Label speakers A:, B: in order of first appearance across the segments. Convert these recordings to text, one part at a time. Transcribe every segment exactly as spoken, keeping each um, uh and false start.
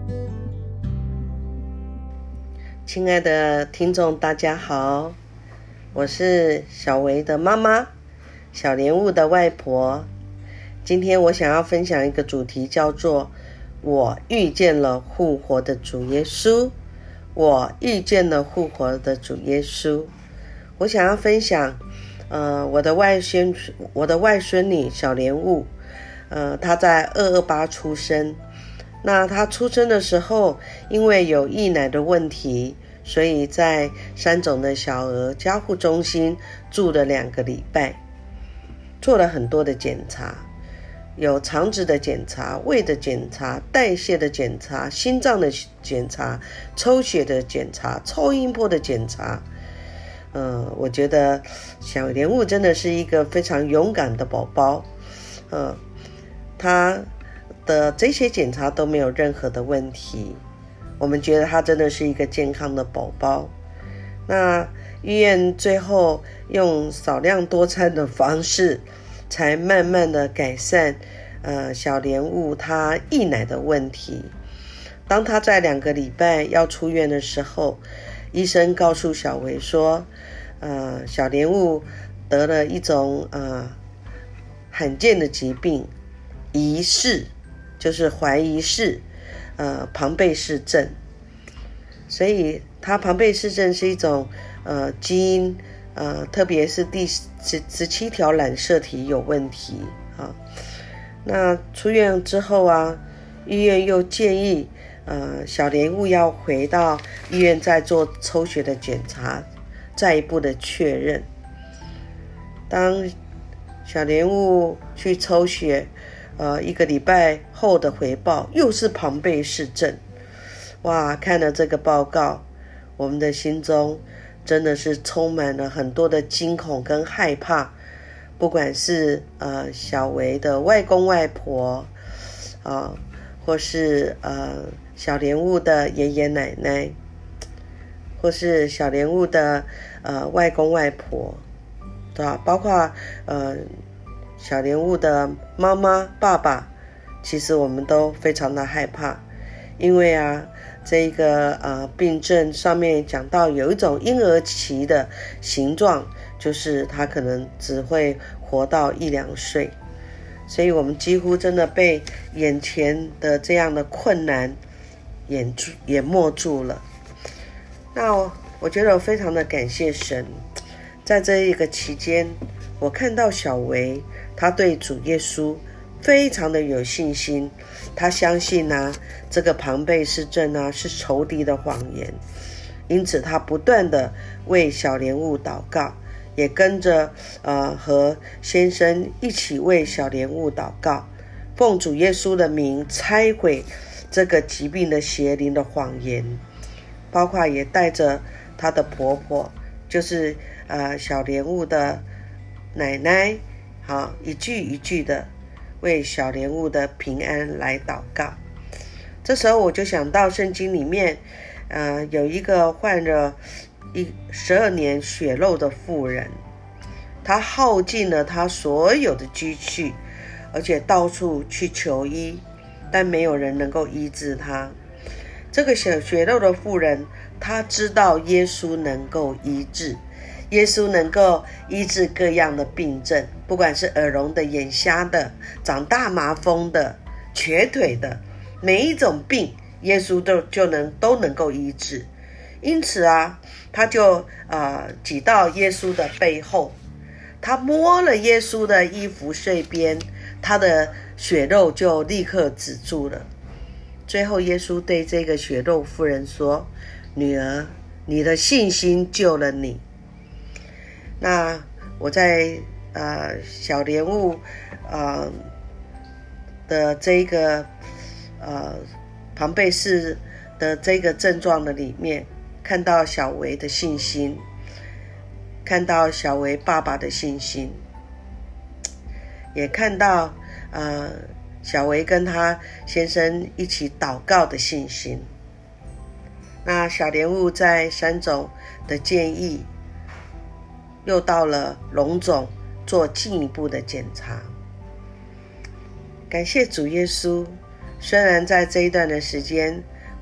A: 亲爱的听众大家好，我是小维的妈妈，小莲雾的外婆。今天我想要分享一个主题，叫做我遇见了复活的主耶稣。我遇见了复活的主耶稣。我想要分享呃，我的外孙我的外孙女小莲雾，呃，她在二二八出生。那她出生的时候，因为有溢奶的问题，所以在三种的小儿加护中心住了两个礼拜，做了很多的检查，有肠子的检查、胃的检查、代谢的检查、心脏的检查、抽血的检查、超音波的检查。呃，我觉得小莲雾真的是一个非常勇敢的宝宝。呃，她的这些检查都没有任何的问题，我们觉得他真的是一个健康的宝宝。那医院最后用少量多餐的方式，才慢慢的改善呃小莲雾他溢奶的问题。当他在两个礼拜要出院的时候，医生告诉小维说，呃小莲雾得了一种呃罕见的疾病，疑似就是怀疑是呃庞贝氏症。所以它庞贝氏症是一种呃基因呃特别是第十十七条染色体有问题啊。那出院之后啊，医院又建议呃小莲雾要回到医院再做抽血的检查，再一步的确认。当小莲雾去抽血，呃，一个礼拜后的回报又是庞贝氏症。哇，看了这个报告，我们的心中真的是充满了很多的惊恐跟害怕。不管是呃小维的外公外婆啊、呃，或是呃小莲雾的爷爷奶奶，或是小莲雾的呃外公外婆，对吧？包括呃小莲雾的妈妈爸爸，其实我们都非常的害怕。因为啊这个呃病症上面讲到有一种婴儿期的形状，就是他可能只会活到一两岁，所以我们几乎真的被眼前的这样的困难掩住淹没住了。那 我, 我觉得我非常的感谢神，在这一个期间，我看到小维他对主耶稣非常的有信心，他相信啊这个庞贝氏症啊是仇敌的谎言，因此他不断的为小莲雾祷告，也跟着呃和先生一起为小莲雾祷告，奉主耶稣的名拆毁这个疾病的邪灵的谎言，包括也带着她的婆婆，就是呃小莲雾的奶奶，好，一句一句的为小莲雾的平安来祷告。这时候我就想到圣经里面呃，有一个患了一十二年血漏的妇人，她耗尽了她所有的积蓄，而且到处去求医，但没有人能够医治她。这个血血漏的妇人，她知道耶稣能够医治，耶稣能够医治各样的病症，不管是耳聋的、眼瞎的、长大麻风的、瘸腿的，每一种病耶稣都就能都能够医治。因此啊，他就呃挤到耶稣的背后，他摸了耶稣的衣服碎边，他的血肉就立刻止住了。最后耶稣对这个血肉妇人说，女儿，你的信心救了你。那我在呃小莲雾呃的这个呃庞贝氏的这个症状的里面，看到小维的信心，看到小维爸爸的信心，也看到呃小维跟他先生一起祷告的信心。那小莲雾在三种的建议，又到了龙总做进一步的检查。感谢主耶稣，虽然在这一段的时间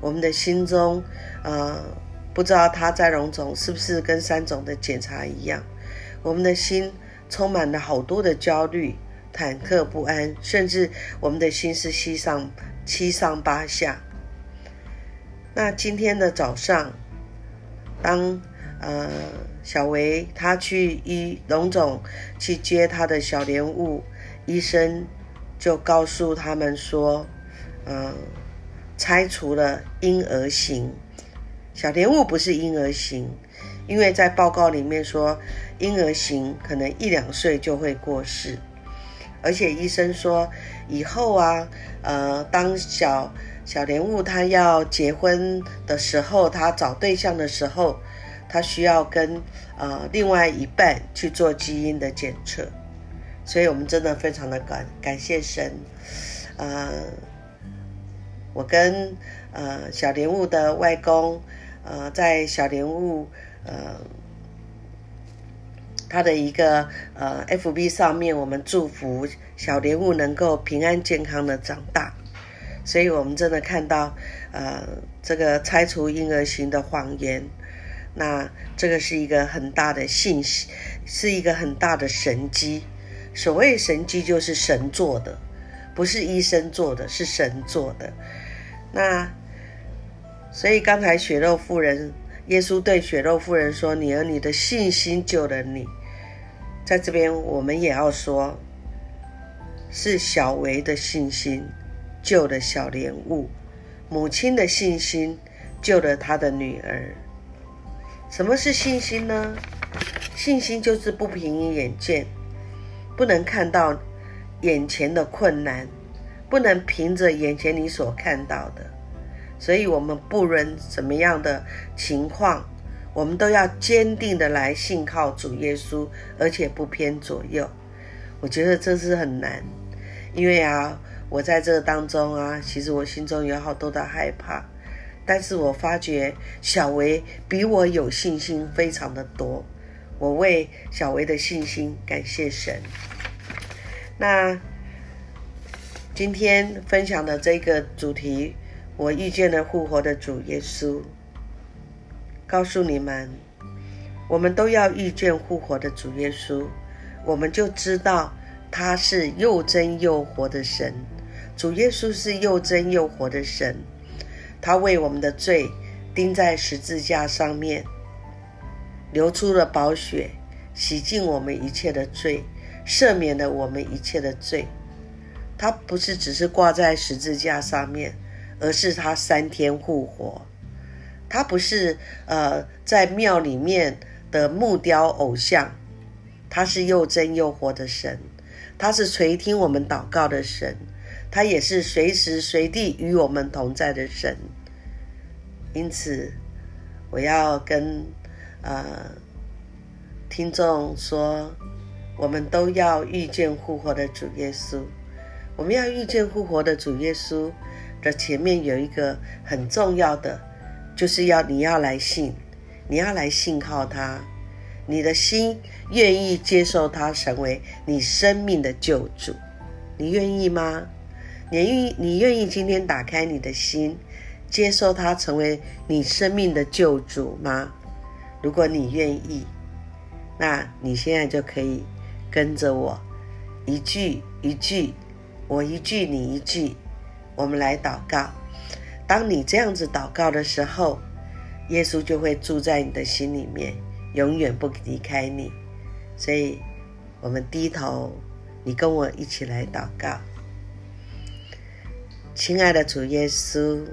A: 我们的心中，呃，不知道他在荣总是不是跟三种的检查一样，我们的心充满了好多的焦虑、忐忑不安，甚至我们的心是七上七上八下。那今天的早上，当呃小维他去医荣总去接他的小莲雾，医生就告诉他们说，呃，拆除了婴儿型。小莲雾不是婴儿型，因为在报告里面说婴儿型可能一两岁就会过世，而且医生说以后啊，呃，当小小莲雾他要结婚的时候，他找对象的时候，他需要跟呃另外一半去做基因的检测，所以我们真的非常的感感谢神。呃，我跟呃小莲雾的外公，呃，在小莲雾呃他的一个呃 F B 上面，我们祝福小莲雾能够平安健康的长大。所以我们真的看到呃这个拆除婴儿型的谎言，那这个是一个很大的信息，是一个很大的神迹。所谓神迹就是神做的，不是医生做的，是神做的。那所以刚才血肉妇人，耶稣对血肉妇人说，你儿你的信心救了你。在这边我们也要说，是小维的信心救了小莲雾，母亲的信心救了她的女儿。什么是信心呢？信心就是不凭眼见，不能看到眼前的困难，不能凭着眼前你所看到的。所以我们不论什么样的情况，我们都要坚定的来信靠主耶稣，而且不偏左右。我觉得这是很难，因为啊我在这当中啊，其实我心中有好多的害怕，但是我发觉小维比我有信心非常的多，我为小维的信心感谢神。那今天分享的这个主题，我遇见了复活的主耶稣，告诉你们，我们都要遇见复活的主耶稣，我们就知道他是又真又活的神。主耶稣是又真又活的神，他为我们的罪钉在十字架上面，流出了宝血，洗净我们一切的罪，赦免了我们一切的罪。他不是只是挂在十字架上面，而是他三天复活。他不是呃在庙里面的木雕偶像，他是又真又活的神，他是垂听我们祷告的神，他也是随时随地与我们同在的神。因此我要跟呃听众说，我们都要遇见复活的主耶稣。我们要遇见复活的主耶稣的前面有一个很重要的，就是要你要来信，你要来信靠他，你的心愿意接受他成为你生命的救主。你愿意吗？你愿意你愿意今天打开你的心，接受他成为你生命的救主吗？如果你愿意，那你现在就可以跟着我一句一句，我一句你一句，我们来祷告。当你这样子祷告的时候，耶稣就会住在你的心里面，永远不离开你。所以我们低头，你跟我一起来祷告。亲爱的主耶稣，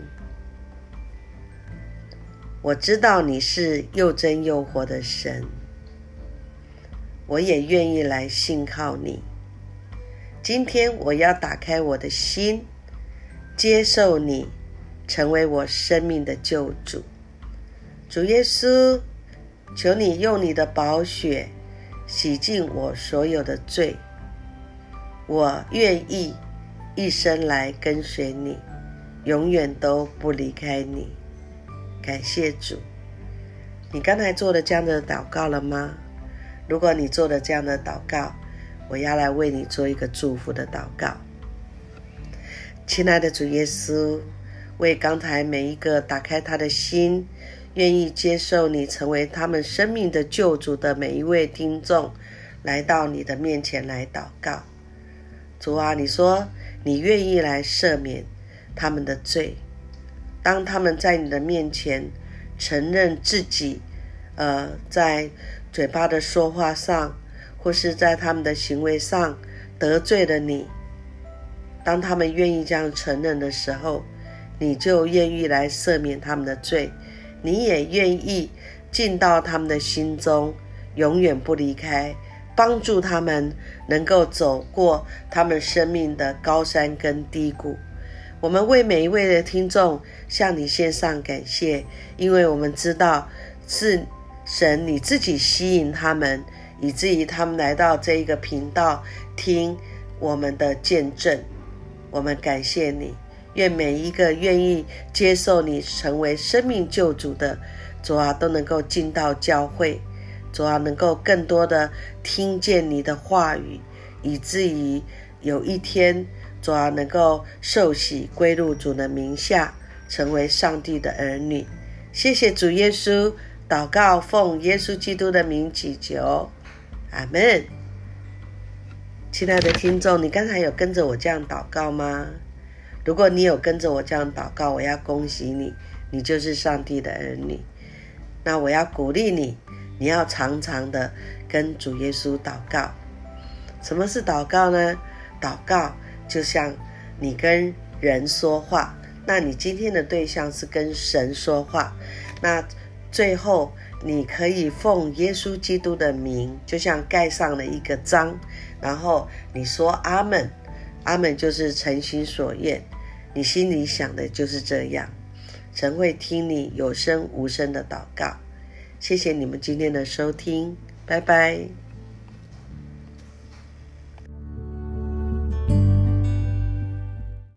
A: 我知道你是又真又活的神，我也愿意来信靠你。今天我要打开我的心，接受你成为我生命的救主。主耶稣，求你用你的宝血洗净我所有的罪，我愿意一生来跟随你，永远都不离开你。感谢主。你刚才做了这样的祷告了吗？如果你做了这样的祷告，我要来为你做一个祝福的祷告。亲爱的主耶稣， 为刚才每一个打开他的心，愿意接受你成为他们生命的救主的每一位听众，来到你的面前来祷告。主啊，你说你愿意来赦免他们的罪，当他们在你的面前承认自己呃，在嘴巴的说话上，或是在他们的行为上得罪了你，当他们愿意这样承认的时候，你就愿意来赦免他们的罪，你也愿意进到他们的心中，永远不离开，帮助他们能够走过他们生命的高山跟低谷。我们为每一位的听众向你献上感谢，因为我们知道是神你自己吸引他们，以至于他们来到这一个频道听我们的见证。我们感谢你，愿每一个愿意接受你成为生命救主的，主啊，都能够进到教会，主啊，能够更多的听见你的话语，以至于有一天，主啊，能够受洗归入主的名下，成为上帝的儿女。谢谢主耶稣，祷告奉耶稣基督的名祈求，阿们。亲爱的听众，你刚才有跟着我这样祷告吗？如果你有跟着我这样祷告，我要恭喜你，你就是上帝的儿女。那我要鼓励你，你要常常的跟主耶稣祷告。什么是祷告呢？祷告就像你跟人说话，那你今天的对象是跟神说话，那最后你可以奉耶稣基督的名，就像盖上了一个章，然后你说阿们，阿们就是诚心所愿，你心里想的就是这样，神会听你有声无声的祷告。谢谢你们今天的收听，拜拜。